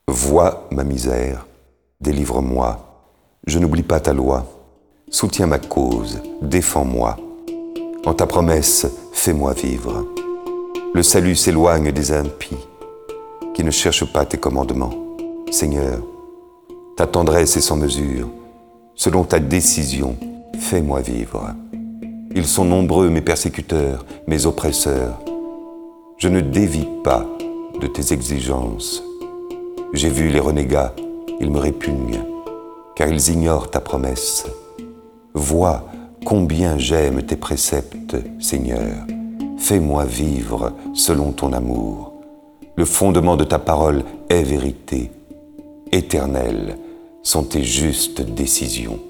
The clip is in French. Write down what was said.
Vois ma misère, délivre-moi, je n'oublie pas ta loi. Soutiens ma cause, défends-moi. En ta promesse, fais-moi vivre. Le salut s'éloigne des impies, qui ne cherchent pas tes commandements. Seigneur, ta tendresse est sans mesure. Selon ta décision, fais-moi vivre. Ils sont nombreux, mes persécuteurs, mes oppresseurs. Je ne dévie pas de tes exigences. J'ai vu les renégats, ils me répugnent, car ils ignorent ta promesse. Vois combien j'aime tes préceptes, Seigneur. Fais-moi vivre selon ton amour. Le fondement de ta parole est vérité. Éternelles sont tes justes décisions.